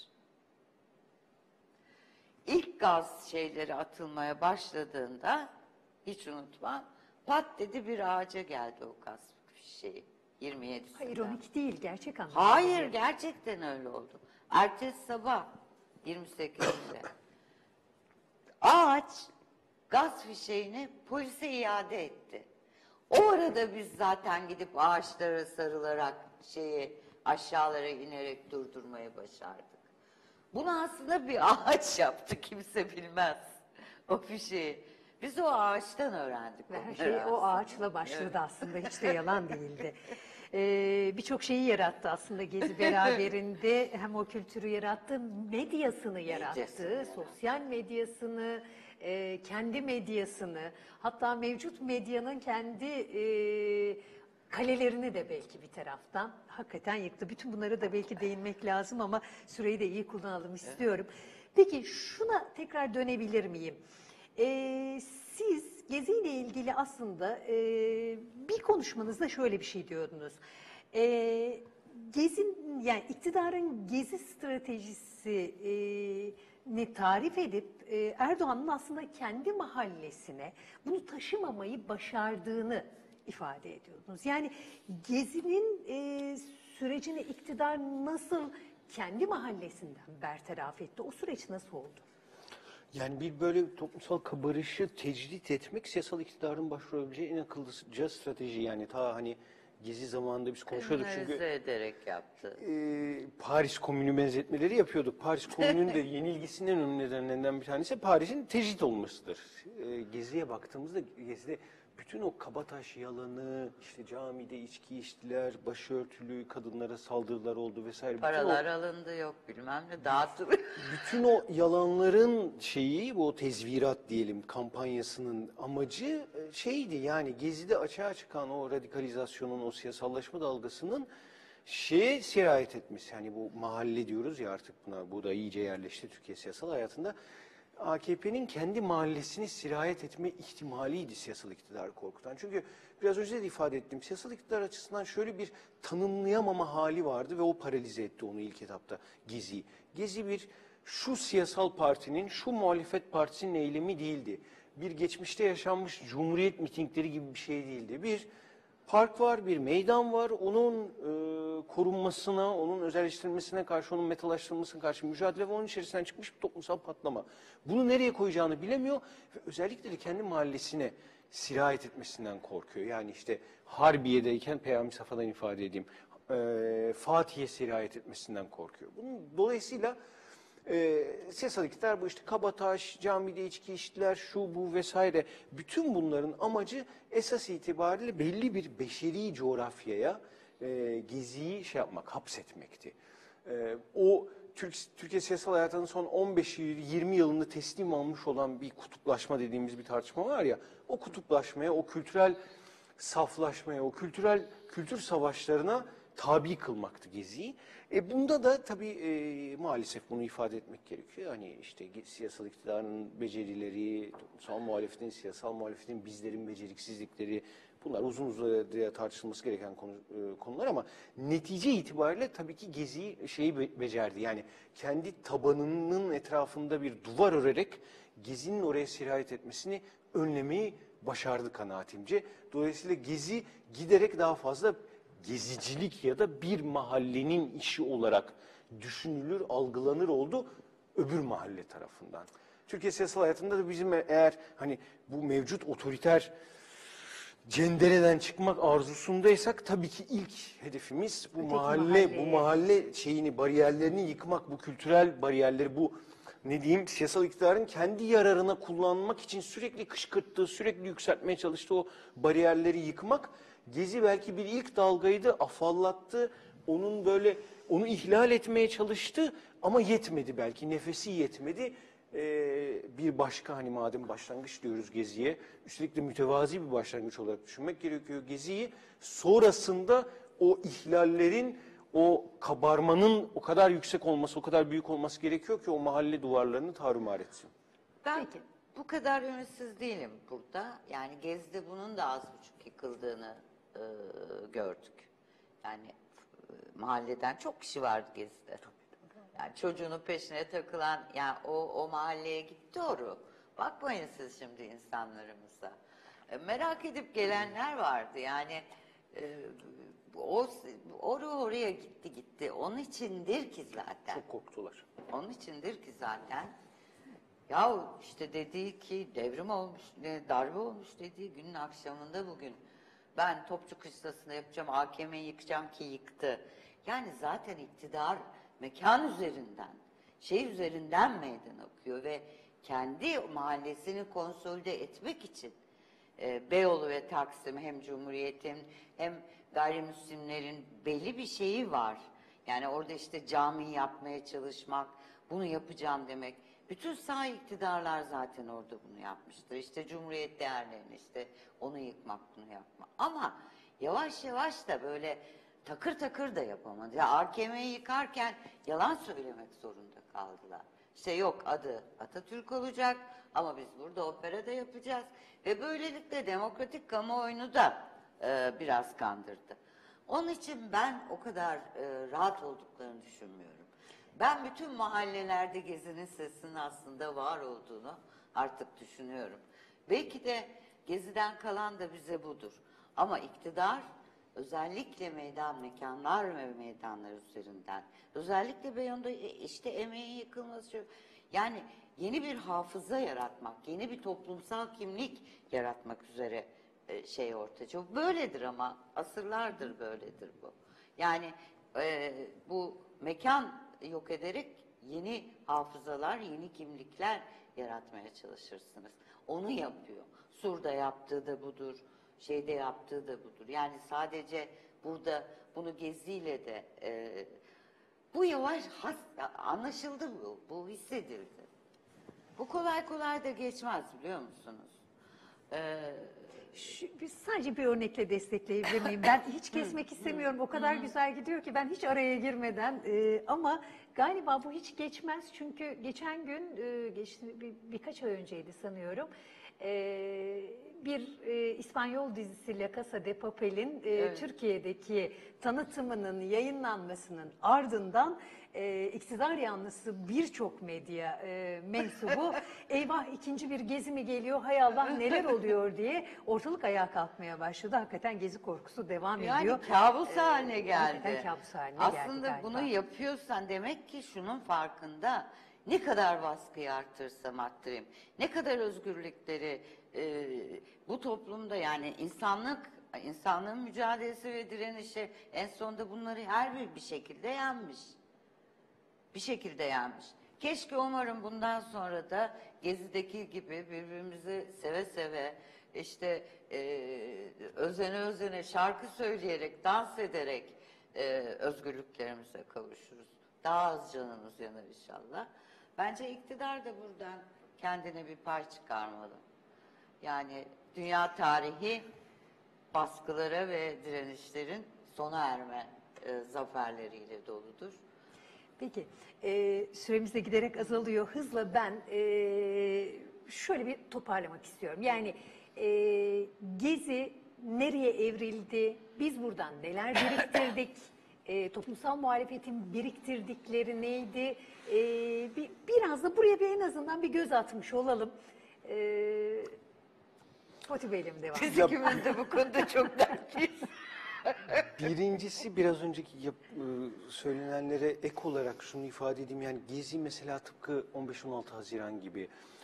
İlk gaz şeyleri atılmaya başladığında, hiç unutmam, pat dedi bir ağaca geldi o gaz şeyi, 27'sinden. Hayır, ironik değil, gerçek anlamda. Hayır, gerçekten öyle oldu. Ertesi sabah 28'inde ağaç gaz fişeğini polise iade etti. O arada biz zaten gidip ağaçlara sarılarak aşağılara inerek durdurmayı başardık. Bunu aslında bir ağaç yaptı, kimse bilmez o fişeği. Biz o ağaçtan öğrendik. Ve her şey o ağaçla başladı aslında, hiç de yalan değildi. Birçok şeyi yarattı aslında Gezi beraberinde. Hem o kültürü yarattı, medyasını yarattı, sosyal medyasını, kendi medyasını, hatta mevcut medyanın kendi kalelerini de belki bir taraftan hakikaten yıktı. Bütün bunları da belki değinmek lazım ama süreyi de iyi kullanalım istiyorum. Peki şuna tekrar dönebilir miyim? Siz Gezi ile ilgili aslında bir konuşmanızda şöyle bir şey diyordunuz. Yani iktidarın Gezi stratejisini tarif edip Erdoğan'ın aslında kendi mahallesine bunu taşımamayı başardığını ifade ediyordunuz. Yani Gezi'nin sürecini iktidar nasıl kendi mahallesinden bertaraf etti? O süreç nasıl oldu? Yani bir böyle toplumsal kabarışı tecrit etmek siyasal iktidarın başvurabileceği en akıllıca strateji. Yani ta hani Gezi zamanında biz konuşuyorduk çünkü Kriminalize ederek yaptı. Paris Komünü benzetmeleri yapıyorduk. Paris Komünü'nün de yenilgisinin önemli nedenlerinden bir tanesi Paris'in tecrit olmasıdır. Gezi'ye baktığımızda Gezi'de bütün o kabataş yalanı, işte camide içki içtiler, başörtülü kadınlara saldırılar oldu vesaire. Paralar alındı, yok bilmem ne, dağıtılıyor. Bütün o yalanların şeyi, bu tezvirat diyelim kampanyasının amacı şeydi, yani Gezi'de açığa çıkan o radikalizasyonun, o siyasallaşma dalgasının şeye sirayet etmesi. Yani bu mahalle diyoruz ya artık buna, bu da iyice yerleşti Türkiye siyasal hayatında. AKP'nin kendi mahallesini sirayet etme ihtimaliydi siyasal iktidarı korkutan. Çünkü biraz önce de ifade ettiğim siyasal iktidar açısından şöyle bir tanımlayamama hali vardı ve o paralize etti onu ilk etapta Gezi'yi. Gezi bir şu siyasal partinin, şu muhalefet partisinin eylemi değildi. Bir geçmişte yaşanmış cumhuriyet mitingleri gibi bir şey değildi. Bir park var, bir meydan var. Onun korunmasına, onun özelleştirilmesine karşı, onun metalaştırılmasına karşı mücadele ve onun içerisinden çıkmış bir toplumsal patlama. Bunu nereye koyacağını bilemiyor ve özellikle de kendi mahallesine sirayet etmesinden korkuyor. Yani işte Harbiye'deyken Peyami Safa'dan ifade edeyim, Fatih'e sirayet etmesinden korkuyor. Dolayısıyla siyasal iktidar bu işte kabataş, camide içki içtiler, şu bu vesaire. Bütün bunların amacı esas itibariyle belli bir beşeri coğrafyaya Gezi'yi şey yapmak, hapsetmekti. O Türkiye siyasal hayatının son 15-20 yılında teslim almış olan bir kutuplaşma dediğimiz bir tartışma var ya, o kutuplaşmaya, o kültürel saflaşmaya, o kültür savaşlarına tabi kılmaktı Gezi'yi. Bunda da tabii maalesef bunu ifade etmek gerekiyor. Hani işte siyasal iktidarın becerileri, toplumsal muhalefetin, siyasal muhalefetin, bizlerin beceriksizlikleri, bunlar uzun uzadıya tartışılması gereken konular ama netice itibariyle tabii ki Gezi'yi becerdi. Yani kendi tabanının etrafında bir duvar örerek Gezi'nin oraya sirayet etmesini önlemeyi başardı kanaatimce. Dolayısıyla Gezi giderek daha fazla gezicilik ya da bir mahallenin işi olarak düşünülür, algılanır oldu öbür mahalle tarafından. Türkiye siyasal hayatında da bizim eğer hani bu mevcut otoriter cendereden çıkmak arzusundaysak tabii ki ilk hedefimiz bu mahalle şeyini, bariyerlerini yıkmak, bu kültürel bariyerleri, bu ne diyeyim siyasal iktidarın kendi yararına kullanmak için sürekli kışkırttığı, sürekli yükseltmeye çalıştığı o bariyerleri yıkmak. Gezi belki bir ilk dalgaydı, afallattı, onu ihlal etmeye çalıştı ama yetmedi belki, nefesi yetmedi. Bir başka hani madem başlangıç diyoruz Gezi'ye, üstelik de mütevazi bir başlangıç olarak düşünmek gerekiyor Gezi'yi. Sonrasında o ihlallerin, o kabarmanın o kadar yüksek olması, o kadar büyük olması gerekiyor ki o mahalle duvarlarını tarumar etsin. Ben bu kadar ümitsiz değilim burada. Yani Gezi'de bunun da az buçuk yıkıldığını gördük. Yani mahalleden çok kişi vardı Gezi'de. Yani çocuğunun peşine takılan, yani o mahalleye gitti doğru. Bakmayın siz şimdi insanlarımıza. Merak edip gelenler vardı. Yani oraya gitti. Onun içindir ki zaten. Çok korktular. Onun içindir ki zaten. Ya işte dediği ki devrim olmuş, darbe olmuş dediği günün akşamında bugün. Ben Topçu Kışlası'nda yapacağım, AKM'yi yıkacağım ki yıktı. Yani zaten iktidar mekan üzerinden, üzerinden meydan okuyor ve kendi mahallesini konsolide etmek için Beyoğlu ve Taksim hem Cumhuriyet'in hem gayrimüslimlerin belli bir şeyi var. Yani orada işte cami yapmaya çalışmak, bunu yapacağım demek. Bütün sağ iktidarlar zaten orada bunu yapmıştır. İşte Cumhuriyet değerlerini, işte onu yıkmak, bunu yapmak. Ama yavaş yavaş da böyle takır takır da yapamadı. Ya AKM'yi yıkarken yalan söylemek zorunda kaldılar. İşte yok adı Atatürk olacak ama biz burada opera da yapacağız. Ve böylelikle demokratik kamuoyunu da biraz kandırdı. Onun için ben o kadar rahat olduklarını düşünmüyorum. Ben bütün mahallelerde Gezi'nin sesinin aslında var olduğunu artık düşünüyorum. Belki de Gezi'den kalan da bize budur. Ama iktidar özellikle mekanlar ve meydanlar üzerinden, özellikle Beyoğlu'nda işte emeğin yıkılması, yani yeni bir hafıza yaratmak, yeni bir toplumsal kimlik yaratmak üzere şey ortaya çıkıyor. Böyledir ama asırlardır böyledir bu. Yani bu mekan yok ederek yeni hafızalar, yeni kimlikler yaratmaya çalışırsınız. Onu yapıyor. Sur'da yaptığı da budur, şeyde yaptığı da budur. Yani sadece burada bunu Gezi'yle de bu yavaş anlaşıldı bu hissedildi. Bu kolay kolay da geçmez biliyor musunuz? Biz sadece bir örnekle destekleyebilir miyim? Ben hiç kesmek istemiyorum. O kadar güzel gidiyor ki ben hiç araya girmeden. Ama galiba bu hiç geçmez. Çünkü geçen gün, birkaç ay önceydi sanıyorum. Bir İspanyol dizisi La Casa de Papel'in Türkiye'deki tanıtımının yayınlanmasının ardından iktidar yanlısı birçok medya mensubu eyvah ikinci bir gezi mi geliyor, hay Allah neler oluyor diye ortalık ayağa kalkmaya başladı. Hakikaten gezi korkusu devam ediyor. Yani kabus haline geldi. Hakikaten kabus haline geldi Aslında galiba. bunu yapıyorsan demek ki şunun farkında, ne kadar baskıyı arttırsam arttırayım, ne kadar özgürlükleri bu toplumda, yani insanlığın mücadelesi ve direnişi en sonunda bunları her bir şekilde yenmiş. Bir şekilde yenmiş. Keşke umarım bundan sonra da Gezi'deki gibi birbirimizi seve seve, işte özene şarkı söyleyerek, dans ederek özgürlüklerimize kavuşuruz. Daha az canımız yanar inşallah. Bence iktidar da buradan kendine bir pay çıkarmalı. Yani dünya tarihi baskılara ve direnişlerin sona erme zaferleriyle doludur. Peki, süremiz de giderek azalıyor. Hızla ben şöyle bir toparlamak istiyorum. Yani Gezi nereye evrildi? Biz buradan neler biriktirdik? Toplumsal muhalefetin biriktirdikleri neydi? Biraz da buraya en azından bir göz atmış olalım. Fatih Bey'le mi devam? Biz ikimiz de bu konuda çok dertliyiz. Birincisi biraz önceki söylenenlere ek olarak şunu ifade edeyim. Yani Gezi mesela tıpkı 15-16 Haziran gibi.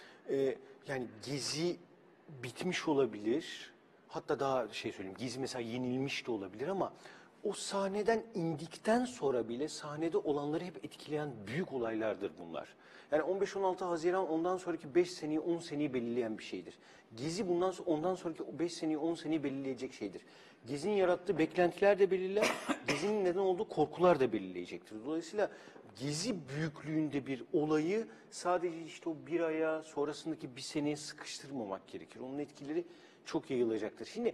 Yani Gezi bitmiş olabilir. Hatta daha söyleyeyim. Gezi mesela yenilmiş de olabilir ama o sahneden indikten sonra bile sahnede olanları hep etkileyen büyük olaylardır bunlar. Yani 15-16 Haziran ondan sonraki 5 seneyi 10 seneyi belirleyen bir şeydir. Gezi ondan sonraki 5 seneyi 10 seneyi belirleyecek şeydir. Gezi'nin yarattığı beklentiler de belirler, Gezi'nin neden olduğu korkular da belirleyecektir. Dolayısıyla Gezi büyüklüğünde bir olayı sadece işte o bir aya sonrasındaki bir seneye sıkıştırmamak gerekir. Onun etkileri çok yayılacaktır. Şimdi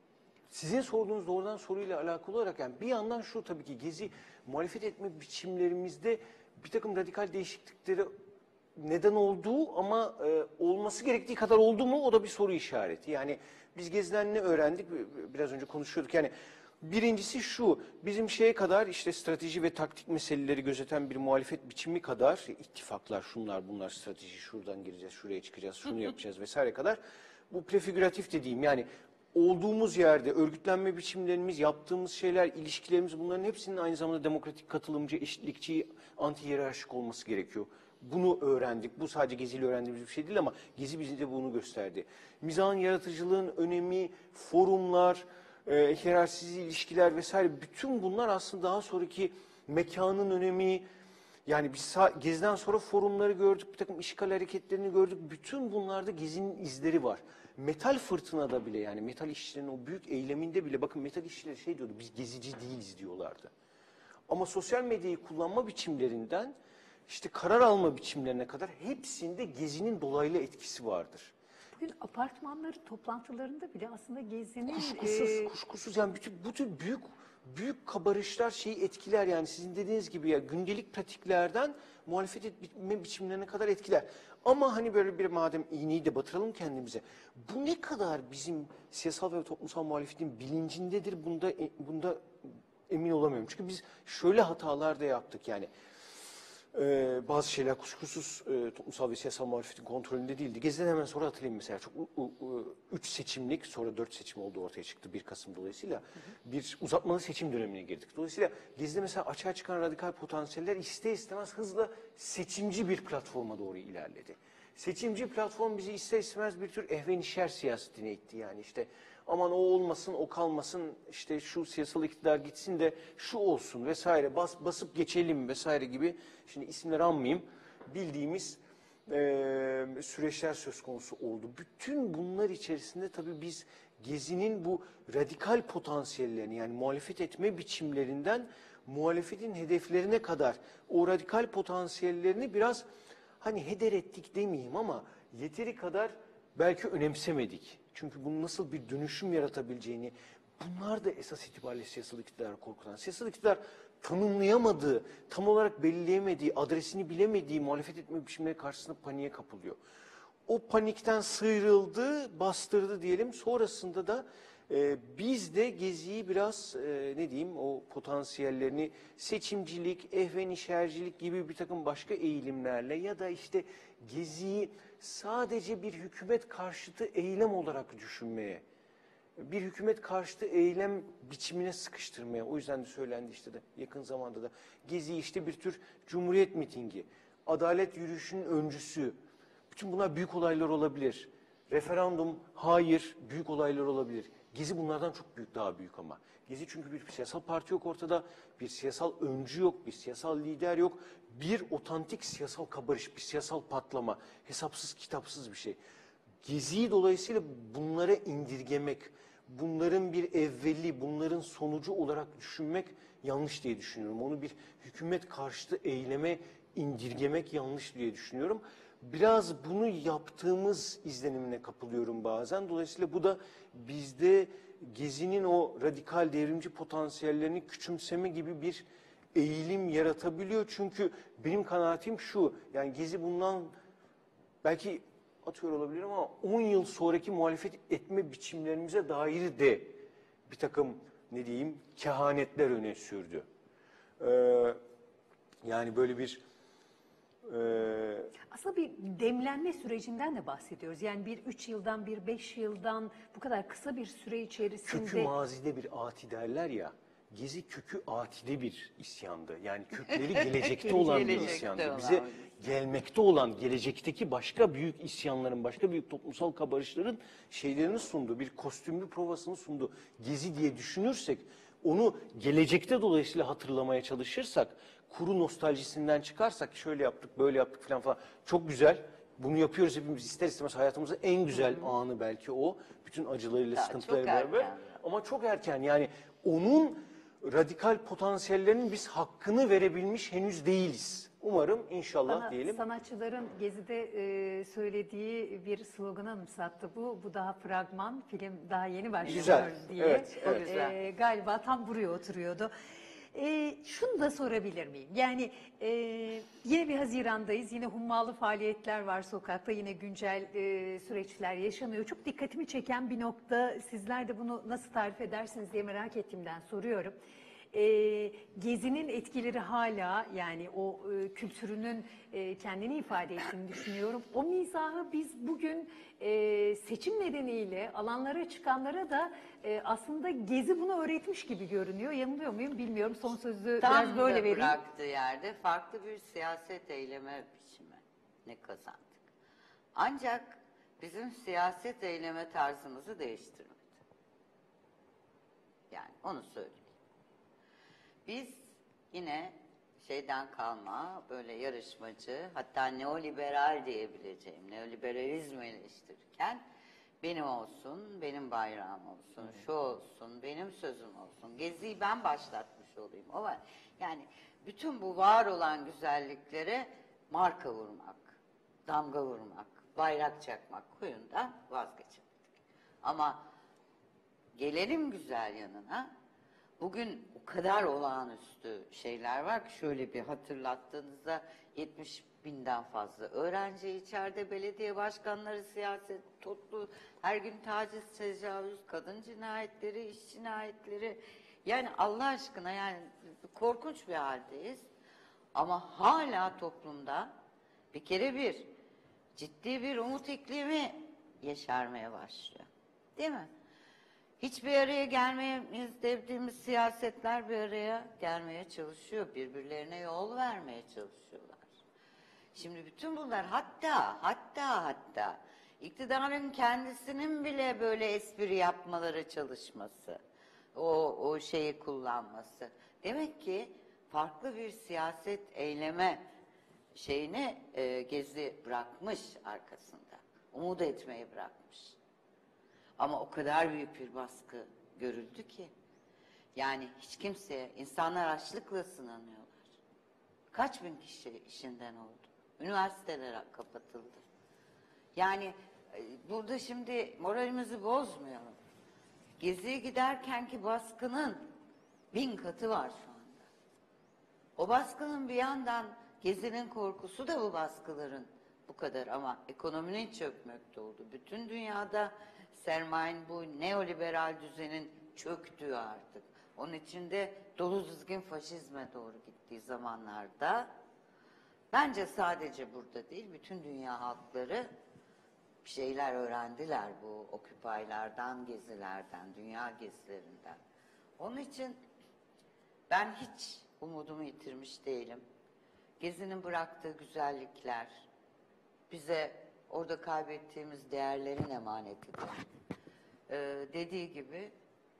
sizin sorduğunuz doğrudan soruyla alakalı olarak yani bir yandan şu tabii ki Gezi muhalefet etme biçimlerimizde bir takım radikal değişiklikleri neden olduğu ama olması gerektiği kadar oldu mu o da bir soru işareti. Yani biz Gezi'den ne öğrendik? Biraz önce konuşuyorduk. Yani birincisi şu, bizim şeye kadar işte strateji ve taktik meseleleri gözeten bir muhalefet biçimi kadar, ittifaklar, şunlar bunlar, strateji, şuradan gireceğiz, şuraya çıkacağız, şunu yapacağız vesaire kadar, bu prefigüratif dediğim yani olduğumuz yerde örgütlenme biçimlerimiz, yaptığımız şeyler, ilişkilerimiz bunların hepsinin aynı zamanda demokratik, katılımcı, eşitlikçi, anti-hiyerarşik olması gerekiyor. Bunu öğrendik. Bu sadece Gezi'yle öğrendiğimiz bir şey değil ama Gezi bize de bunu gösterdi. Mizahın, yaratıcılığın önemi, forumlar, hiyerarşisiz ilişkiler vesaire bütün bunlar aslında daha sonraki mekanın önemi. Yani biz Gezi'den sonra forumları gördük, bir takım işgal hareketlerini gördük. Bütün bunlarda Gezi'nin izleri var. Metal fırtınada bile yani metal işçilerin o büyük eyleminde bile bakın metal işçileri şey diyordu biz gezici değiliz diyorlardı. Ama sosyal medyayı kullanma biçimlerinden işte karar alma biçimlerine kadar hepsinde Gezi'nin dolaylı etkisi vardır. Bugün apartmanları toplantılarında bile aslında Gezi'nin... Kuşkusuz yani bu tür büyük kabarışlar şeyi etkiler yani sizin dediğiniz gibi ya gündelik pratiklerden muhalefet etme biçimlerine kadar etkiler. Ama hani böyle bir madem iğneyi de batıralım kendimize. Bu ne kadar bizim siyasal ve toplumsal muhalefetin bilincindedir bunda emin olamıyorum. Çünkü biz şöyle hatalar da yaptık yani. Bazı şeyler kuşkusuz toplumsal ve siyasal muhalefetin kontrolünde değildi. Gezi'den hemen sonra hatırlayayım mesela çok 3 seçimlik sonra 4 seçim olduğu ortaya çıktı 1 Kasım dolayısıyla. Bir uzatmalı seçim dönemine girdik. Dolayısıyla Gezi'de mesela açığa çıkan radikal potansiyeller ister istemez hızla seçimci bir platforma doğru ilerledi. Seçimci platform bizi ister istemez bir tür ehvenişer siyasetine itti yani işte aman o olmasın, o kalmasın, işte şu siyasal iktidar gitsin de şu olsun vesaire, basıp geçelim vesaire gibi, şimdi isimleri anmayayım, bildiğimiz süreçler söz konusu oldu. Bütün bunlar içerisinde tabii biz Gezi'nin bu radikal potansiyellerini, yani muhalefet etme biçimlerinden muhalefetin hedeflerine kadar o radikal potansiyellerini biraz hani heder ettik demeyeyim ama yeteri kadar belki önemsemedik. Çünkü bunun nasıl bir dönüşüm yaratabileceğini, bunlar da esas itibariyle siyasal iktidarı korkutan. Siyasal iktidar tanımlayamadığı, tam olarak belirleyemediği, adresini bilemediği muhalefet etme biçimleri karşısında paniğe kapılıyor. O panikten sıyrıldı, bastırdı diyelim. Sonrasında da biz de Gezi'yi biraz ne diyeyim, o potansiyellerini seçimcilik, ehvenişercilik gibi bir takım başka eğilimlerle ya da işte Gezi'yi sadece bir hükümet karşıtı eylem olarak düşünmeye, bir hükümet karşıtı eylem biçimine sıkıştırmaya, o yüzden de söylendi işte de yakın zamanda da Gezi işte bir tür cumhuriyet mitingi, adalet yürüyüşünün öncüsü, bütün bunlar büyük olaylar olabilir. Referandum, hayır, büyük olaylar olabilir. Gezi bunlardan çok büyük, daha büyük ama. Gezi çünkü bir siyasal parti yok ortada, bir siyasal öncü yok, bir siyasal lider yok, bir otantik siyasal kabarış, bir siyasal patlama, hesapsız kitapsız bir şey. Gezi'yi dolayısıyla bunlara indirgemek, bunların bir evveli, bunların sonucu olarak düşünmek yanlış diye düşünüyorum. Onu bir hükümet karşıtı eyleme indirgemek yanlış diye düşünüyorum. Biraz bunu yaptığımız izlenimine kapılıyorum bazen. Dolayısıyla bu da bizde Gezi'nin o radikal devrimci potansiyellerini küçümseme gibi bir eğilim yaratabiliyor. Çünkü benim kanaatim şu, yani Gezi bundan belki atıyor olabilir ama 10 yıl sonraki muhalefet etme biçimlerimize dair de bir takım ne diyeyim kehanetler öne sürdü. Yani böyle bir Aslında bir demlenme sürecinden de bahsediyoruz. Yani bir 3 yıldan, bir 5 yıldan, bu kadar kısa bir süre içerisinde... kökü mazide bir ati derler ya. Gezi kökü atide bir isyandı. Yani kökleri gelecekte olan bir Gelecekte isyandı. olan Bize bir gelmekte olan, gelecekteki başka büyük isyanların, başka büyük toplumsal kabarışların şeylerini sundu. Bir kostümlü provasını sundu. Gezi diye düşünürsek, onu gelecekte dolayısıyla hatırlamaya çalışırsak, kuru nostaljisinden çıkarsak, şöyle yaptık, böyle yaptık falan falan. Çok güzel. Bunu yapıyoruz hepimiz ister istemez, hayatımızın en güzel anı belki o. Bütün acılarıyla, Daha sıkıntılarıyla çok beraber. erken. Ama çok erken, yani onun radikal potansiyellerinin biz hakkını verebilmiş henüz değiliz. Umarım, inşallah Bana diyelim. sanatçıların Gezi'de söylediği bir sloganı anımsattı bu. Bu daha fragman, film daha yeni başlıyor Güzel, diye. evet, evet. Güzel. Galiba tam buraya oturuyordu. Şunu da sorabilir miyim? Yani yine bir Haziran'dayız, yine hummalı faaliyetler var sokakta, yine güncel süreçler yaşanıyor. Çok dikkatimi çeken bir nokta, sizler de bunu nasıl tarif edersiniz diye merak ettiğimden soruyorum. Gezi'nin etkileri hala, yani o kültürünün kendini ifade ettiğini düşünüyorum. O mizahı biz bugün seçim nedeniyle alanlara çıkanlara da aslında Gezi bunu öğretmiş gibi görünüyor. Yanılıyor muyum bilmiyorum. Son sözü Tam biraz böyle da vereyim. bıraktığı yerde farklı bir siyaset eyleme biçimi ne kazandık. Ancak bizim siyaset eyleme tarzımızı değiştirmedi. Yani onu söyleyeyim. Biz yine şeyden kalma, böyle yarışmacı, hatta neoliberal diyebileceğim, neoliberalizmi eleştirirken benim olsun, benim bayrağım olsun, şu olsun, benim sözüm olsun, Gezi'yi ben başlatmış olayım. Ama yani bütün bu var olan güzelliklere marka vurmak, damga vurmak, bayrak çakmak huyundan vazgeçemedik. Ama gelelim güzel yanına. Bugün o kadar olağanüstü şeyler var ki, şöyle bir hatırlattığınızda 70.000'den fazla öğrenci içeride, belediye başkanları, siyaset, toplu, her gün taciz, tecavüz, kadın cinayetleri, iş cinayetleri. Yani Allah aşkına, yani korkunç bir haldeyiz. Ama hala toplumda bir kere ciddi bir umut iklimi yeşermeye başlıyor. Değil mi? Hiçbir araya gelmeyiz dediğimiz siyasetler bir araya gelmeye çalışıyor. Birbirlerine yol vermeye çalışıyorlar. Şimdi bütün bunlar hatta iktidarın kendisinin bile böyle espri yapmaları çalışması, o şeyi kullanması. Demek ki farklı bir siyaset eyleme şeyini Gezi bırakmış arkasında. Umut etmeyi bırakmış. Ama o kadar büyük bir baskı görüldü ki. Yani hiç kimseye, insanlar açlıkla sınanıyorlar. Kaç bin kişi işinden oldu. Üniversiteler kapatıldı. Yani burada şimdi moralimizi bozmayalım. Gezi'ye giderkenki baskının 1000 katı var şu anda. O baskının bir yandan Gezi'nin korkusu da bu baskıların bu kadar ama ekonominin çökmekte oldu. Bütün dünyada sermayenin bu neoliberal düzenin çöktüğü artık. Onun içinde dolu dizgin faşizme doğru gittiği zamanlarda bence sadece burada değil bütün dünya halkları bir şeyler öğrendiler bu okupaylardan, gezilerden, dünya gezilerinden. Onun için ben hiç umudumu yitirmiş değilim. Gezi'nin bıraktığı güzellikler bize orada kaybettiğimiz değerlerin emanetidir. Dediği gibi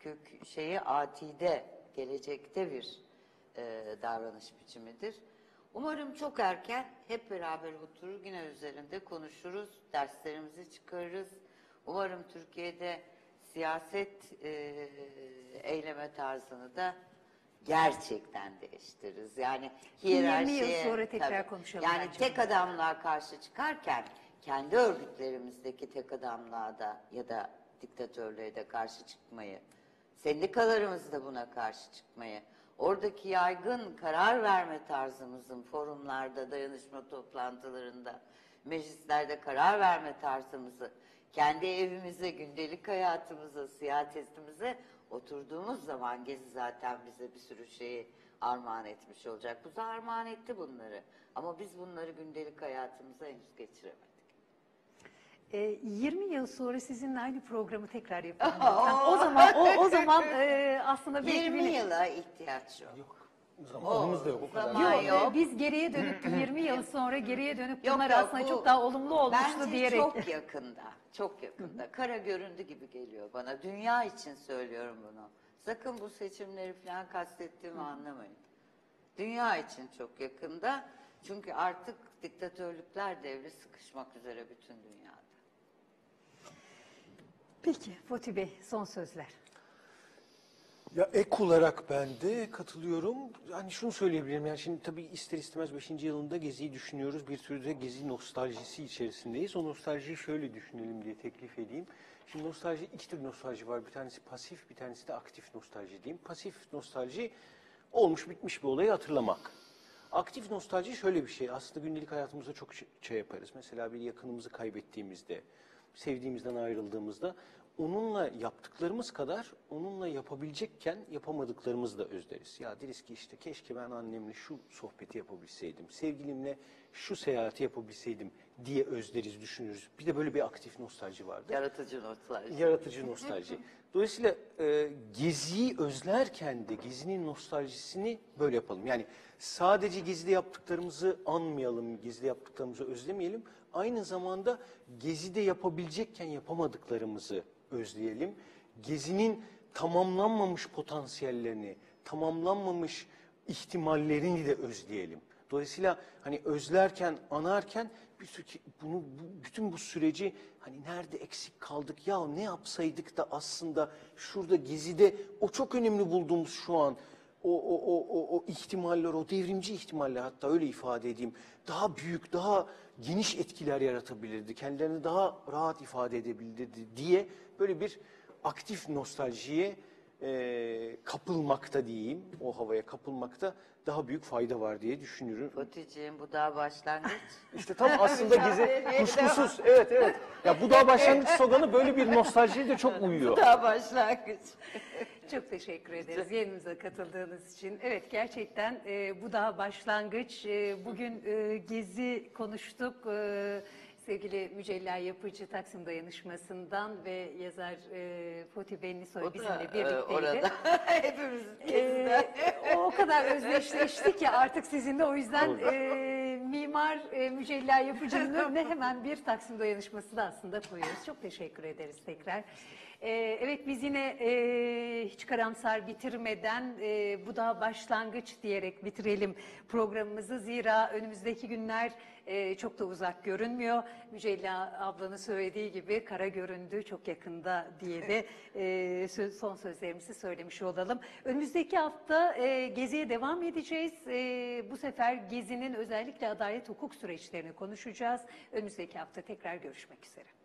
atide, gelecekte bir davranış biçimidir. Umarım çok erken hep beraber oturur yine üzerinde konuşuruz, derslerimizi çıkarırız. Umarım Türkiye'de siyaset eyleme tarzını da gerçekten değiştiririz. Yani 20 yıl sonra tekrar konuşalım. Yani bence. tek adamlığa karşı çıkarken kendi örgütlerimizdeki tek adamlığa da ya da diktatörlüğe de karşı çıkmayı, sendikalarımız da buna karşı çıkmayı, oradaki yaygın karar verme tarzımızın forumlarda, dayanışma toplantılarında, meclislerde karar verme tarzımızı kendi evimize, gündelik hayatımıza, siyasetimize oturduğumuz zaman Gezi zaten bize bir sürü şeyi armağan etmiş olacak. Bu da armağan etti bunları. Ama biz bunları gündelik hayatımıza henüz geçiremedik. 20 yıl sonra sizinle aynı programı tekrar yapalım. O zaman aslında belki 20 yıla ihtiyaç yok. Yok. Zamanımız da yok o kadar. Zaman yok. Biz geriye dönüp 20 yıl sonra geriye dönüp Yok, bunlar yok, aslında bu çok daha olumlu olmuştu bence diyerek. çok yakında, çok yakında. Kara göründü gibi geliyor bana. Dünya için söylüyorum bunu. Sakın bu seçimleri falan kastettiğimi anlamayın. Dünya için çok yakında. Çünkü artık diktatörlükler devri sıkışmak üzere bütün dünyada. Peki Fatih Bey son sözler. Ya ek olarak ben de katılıyorum. Hani şunu söyleyebilirim. Yani şimdi tabii ister istemez 5. yılında Gezi'yi düşünüyoruz. Bir tür de Gezi nostaljisi içerisindeyiz. O nostaljiyi şöyle düşünelim diye teklif edeyim. Şimdi nostalji, iki tür nostalji var. Bir tanesi pasif, bir tanesi de aktif nostalji diyeyim. Pasif nostalji olmuş bitmiş bir olayı hatırlamak. Aktif nostalji şöyle bir şey. Aslında gündelik hayatımızda çok şey yaparız. Mesela bir yakınımızı kaybettiğimizde, sevdiğimizden ayrıldığımızda onunla yaptıklarımız kadar onunla yapabilecekken yapamadıklarımızı da özleriz. Ya deriz ki işte keşke ben annemle şu sohbeti yapabilseydim, sevgilimle şu seyahati yapabilseydim diye özleriz, düşünürüz. Bir de böyle bir aktif nostalji vardır. Yaratıcı nostalji. Yaratıcı nostalji. Dolayısıyla Gezi'yi özlerken de Gezi'nin nostaljisini böyle yapalım. Yani sadece Gezi'de yaptıklarımızı anmayalım, Gezi'de yaptıklarımızı özlemeyelim. Aynı zamanda Gezi'de yapabilecekken yapamadıklarımızı özleyelim. Gezi'nin tamamlanmamış potansiyellerini, tamamlanmamış ihtimallerini de özleyelim. Dolayısıyla hani özlerken, anarken bütün bu süreci hani nerede eksik kaldık ya ne yapsaydık da aslında şurada Gezi'de o çok önemli bulduğumuz şu an o ihtimaller, o devrimci ihtimaller hatta öyle ifade edeyim daha büyük, daha geniş etkiler yaratabilirdi. Kendilerini daha rahat ifade edebilirdi diye böyle bir aktif nostaljiye kapılmakta diyeyim, o havaya kapılmakta daha büyük fayda var diye düşünüyorum. Fatih'ciğim bu daha başlangıç. İşte tam aslında Gezi kuşkusuz. Evet. Ya bu daha başlangıç sloganı böyle bir nostaljiye de çok uyuyor. Bu daha başlangıç. Çok teşekkür ederiz yayınımıza katıldığınız için. Evet gerçekten bu daha başlangıç. Bugün Gezi konuştuk. Sevgili Mücella Yapıcı Taksim Dayanışması'ndan ve yazar Fatih Benlisoy bizimle birlikteydi. Orada hepimiz Gezi'den. O kadar özdeşleşti ki artık sizinle o yüzden mimar Mücella Yapıcı'nın önüne hemen bir Taksim dayanışması da aslında koyuyoruz. Çok teşekkür ederiz tekrar. Evet, biz yine hiç karamsar bitirmeden bu da başlangıç diyerek bitirelim programımızı. Zira önümüzdeki günler çok da uzak görünmüyor. Mücella ablanın söylediği gibi kara göründü çok yakında diye de son sözlerimizi söylemiş olalım. Önümüzdeki hafta Gezi'ye devam edeceğiz. Bu sefer Gezi'nin özellikle adalet hukuk süreçlerini konuşacağız. Önümüzdeki hafta tekrar görüşmek üzere.